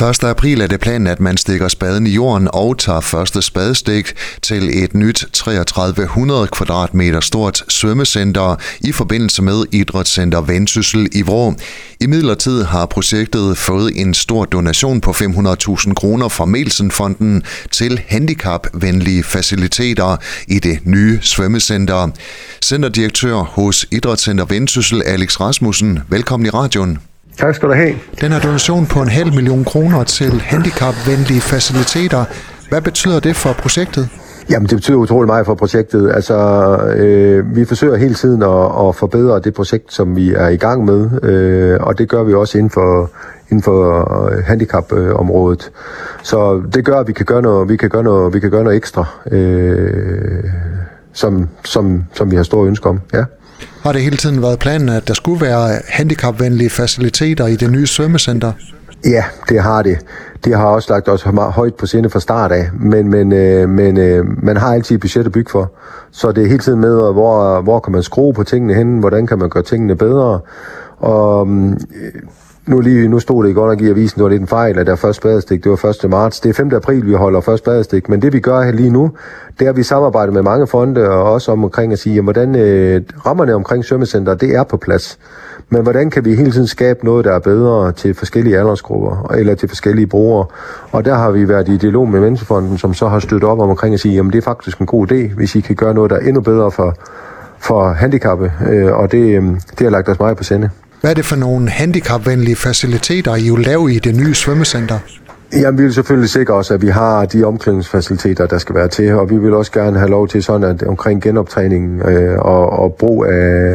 1. april er det planen, at man stikker spaden i jorden og tager første spadestik til et nyt 3300 kvadratmeter stort svømmecenter i forbindelse med Idrætscenter Vendsyssel i Vrå. Imidlertid har projektet fået en stor donation på 500.000 kroner fra Melsen-fonden til handicapvenlige faciliteter i det nye svømmecenter. Centerdirektør hos Idrætscenter Vendsyssel, Alex Rasmussen, velkommen i radioen. Tak skal du have. Den her donation på 500.000 kroner til handicapvenlige faciliteter. Hvad betyder det for projektet? Jamen, det betyder utrolig meget for projektet. Altså, vi forsøger hele tiden at forbedre det projekt, som vi er i gang med, og det gør vi også inden for handicapområdet. Så det gør, at vi kan gøre noget ekstra, som vi har store ønsker om. Ja. Har det hele tiden været planen, at der skulle være handicapvenlige faciliteter i det nye svømmecenter? Ja, det har det. Det har også lagt os højt på sinde fra start af, men man har altid et budget at bygge for. Så det er hele tiden med, hvor kan man skrue på tingene hen, hvordan kan man gøre tingene bedre. Og nu stod det i godt nok i avisen, det var lidt en fejl, at der første spadestik, det var 1. marts. Det er 5. april, vi holder første spadestik, men det vi gør her lige nu, det er, at vi samarbejder med mange fonde, og også omkring at sige, hvordan rammerne omkring svømmecenter, det er på plads. Men hvordan kan vi hele tiden skabe noget, der er bedre til forskellige aldersgrupper, eller til forskellige brugere? Og der har vi været i dialog med Menneskefonden, som så har støttet op omkring at sige, jamen det er faktisk en god idé, hvis I kan gøre noget, der er endnu bedre for handicappede, og det har lagt os meget på sinde. Hvad er det for nogle handicapvenlige faciliteter, I vil lave i det nye svømmecenter? Jamen, vi vil selvfølgelig sikre os, at vi har de omklædningsfaciliteter, der skal være til, og vi vil også gerne have lov til sådan, at omkring genoptræning og brug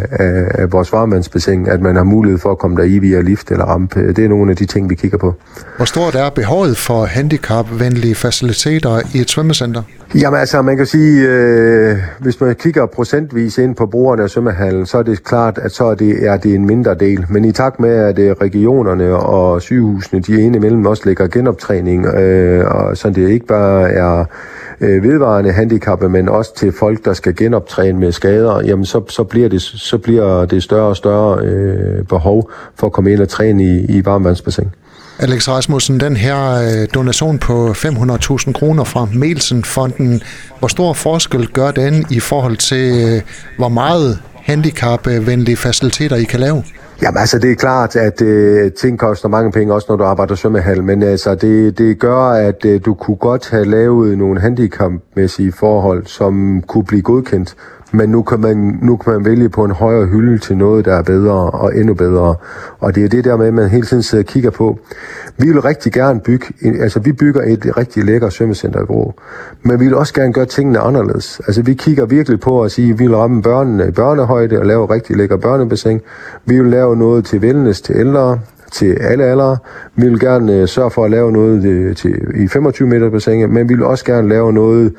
af vores varmevandsbassin, at man har mulighed for at komme der i via lift eller rampe. Det er nogle af de ting, vi kigger på. Hvor stort er behovet for handicapvenlige faciliteter i et svømmecenter? Jamen altså, man kan sige, hvis man kigger procentvis ind på brugerne af svømmehallen, så er det klart, at så er det en mindre del. Men i takt med, at regionerne og sygehusene, de indimellem også lægger genoptræning, og så det ikke bare er vedvarende handicappede, men også til folk, der skal genoptræne med skader, jamen så bliver det større og større behov for at komme ind og træne i varmvandsbassin. Alex Rasmussen, den her donation på 500.000 kroner fra Melsen-fonden, hvor stor forskel gør den i forhold til, hvor meget handicapvenlige faciliteter I kan lave? Jamen altså, det er klart, at ting koster mange penge, også når du arbejder i svømmehal, men altså, det gør, at du kunne godt have lavet nogle handicapmæssige forhold, som kunne blive godkendt. Men nu kan man vælge på en højere hylde til noget, der er bedre og endnu bedre. Og det er det der med, at man hele tiden sidder og kigger på. Vi vil rigtig gerne vi bygger et rigtig lækker svømmecenter i Vrå. Men vi vil også gerne gøre tingene anderledes. Altså vi kigger virkelig på at sige, at vi vil ramme børnene i børnehøjde og lave et rigtig lækker børnebassin. Vi vil lave noget til wellness til ældre, til alle aldre. Vi vil gerne sørge for at lave noget i 25 meter bassinet, men vi vil også gerne lave noget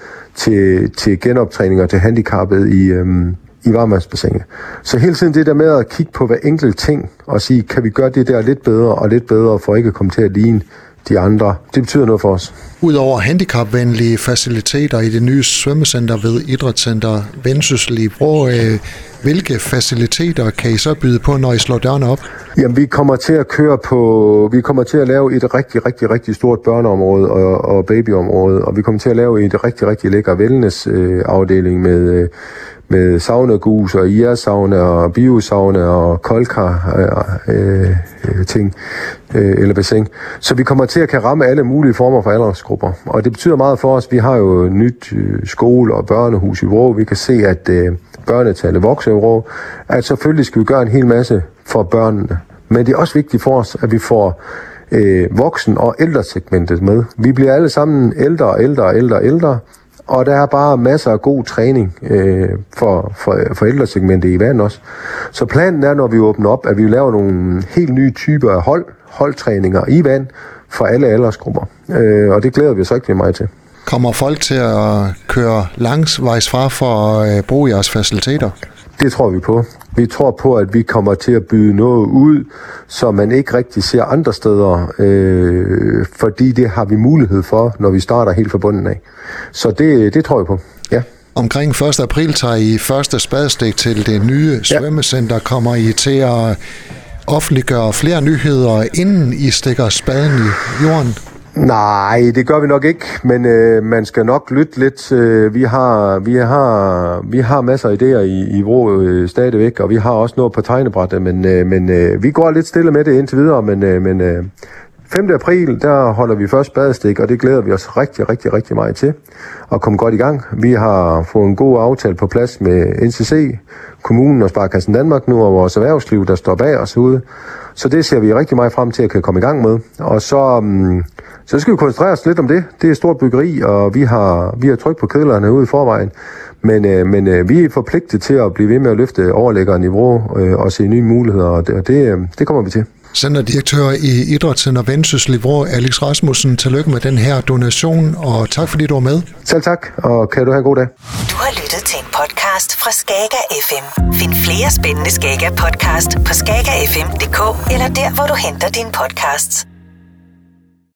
til genoptræning og til handicappede i varmvandsbassinet. Så hele tiden det der med at kigge på hver enkelt ting og sige, kan vi gøre det der lidt bedre for ikke at komme til at ligne de andre. Det betyder noget for os. Udover handicapvenlige faciliteter i det nye svømmecenter ved Idrætscenter Vendsyssel i Vrå, hvilke faciliteter kan I så byde på, når I slår dørene op? Jamen, vi kommer til at lave et rigtig, rigtig, rigtig stort børneområde og babyområde, og vi kommer til at lave et rigtig, rigtig lækker wellness-afdeling med saunagus og IR-sauna og biosauna og koldkar ting eller bassin. Så vi kommer til at kan ramme alle mulige former for aldersgrupper. Og det betyder meget for os. Vi har jo nyt skole- og børnehus i Vrå. Vi kan se, at børnetallet vokser i Vrå. At selvfølgelig skal vi gøre en hel masse for børnene. Men det er også vigtigt for os, at vi får voksen- og ældresegmentet med. Vi bliver alle sammen ældre. Og der er bare masser af god træning for ældresegmentet i vand også. Så planen er, når vi åbner op, at vi laver nogle helt nye typer af holdtræninger i vand for alle aldersgrupper. Og det glæder vi os rigtig meget til. Kommer folk til at køre langsvejs fra for at bruge jeres faciliteter? Det tror vi på. Vi tror på, at vi kommer til at byde noget ud, som man ikke rigtig ser andre steder, fordi det har vi mulighed for, når vi starter helt fra bunden af. Så det tror jeg på, ja. Omkring 1. april tager I første spadestik til det nye svømmecenter. Kommer I til at offentliggøre flere nyheder, inden I stikker spaden i jorden? Nej, det gør vi nok ikke, men man skal nok lytte lidt. Vi har masser af idéer i Vrå stadigvæk, og vi har også noget på tegnebrættet, men vi går lidt stille med det indtil videre, men 5. april, der holder vi først spadestik, og det glæder vi os rigtig meget til at komme godt i gang. Vi har fået en god aftale på plads med NCC, kommunen og Sparekassen Danmark nu, og vores erhvervsliv, der står bag os ude. Så det ser vi rigtig meget frem til at kan komme i gang med. Og så skal vi koncentrere os lidt om det. Det er et stort byggeri, og vi har tryk på kedlerne ude i forvejen. Men vi er forpligtet til at blive ved med at løfte overlæggerniveau og se nye muligheder, og det kommer vi til. Centerdirektør i Idrætscenter Vendsyssel i Vrå, Alex Rasmussen, tillykke med den her donation, og tak fordi du var med. Selv tak, og kan du have en god dag. Du har lyttet til en podcast fra Skager FM. Find flere spændende Skager podcast på skagerfm.dk eller der, hvor du henter dine podcasts.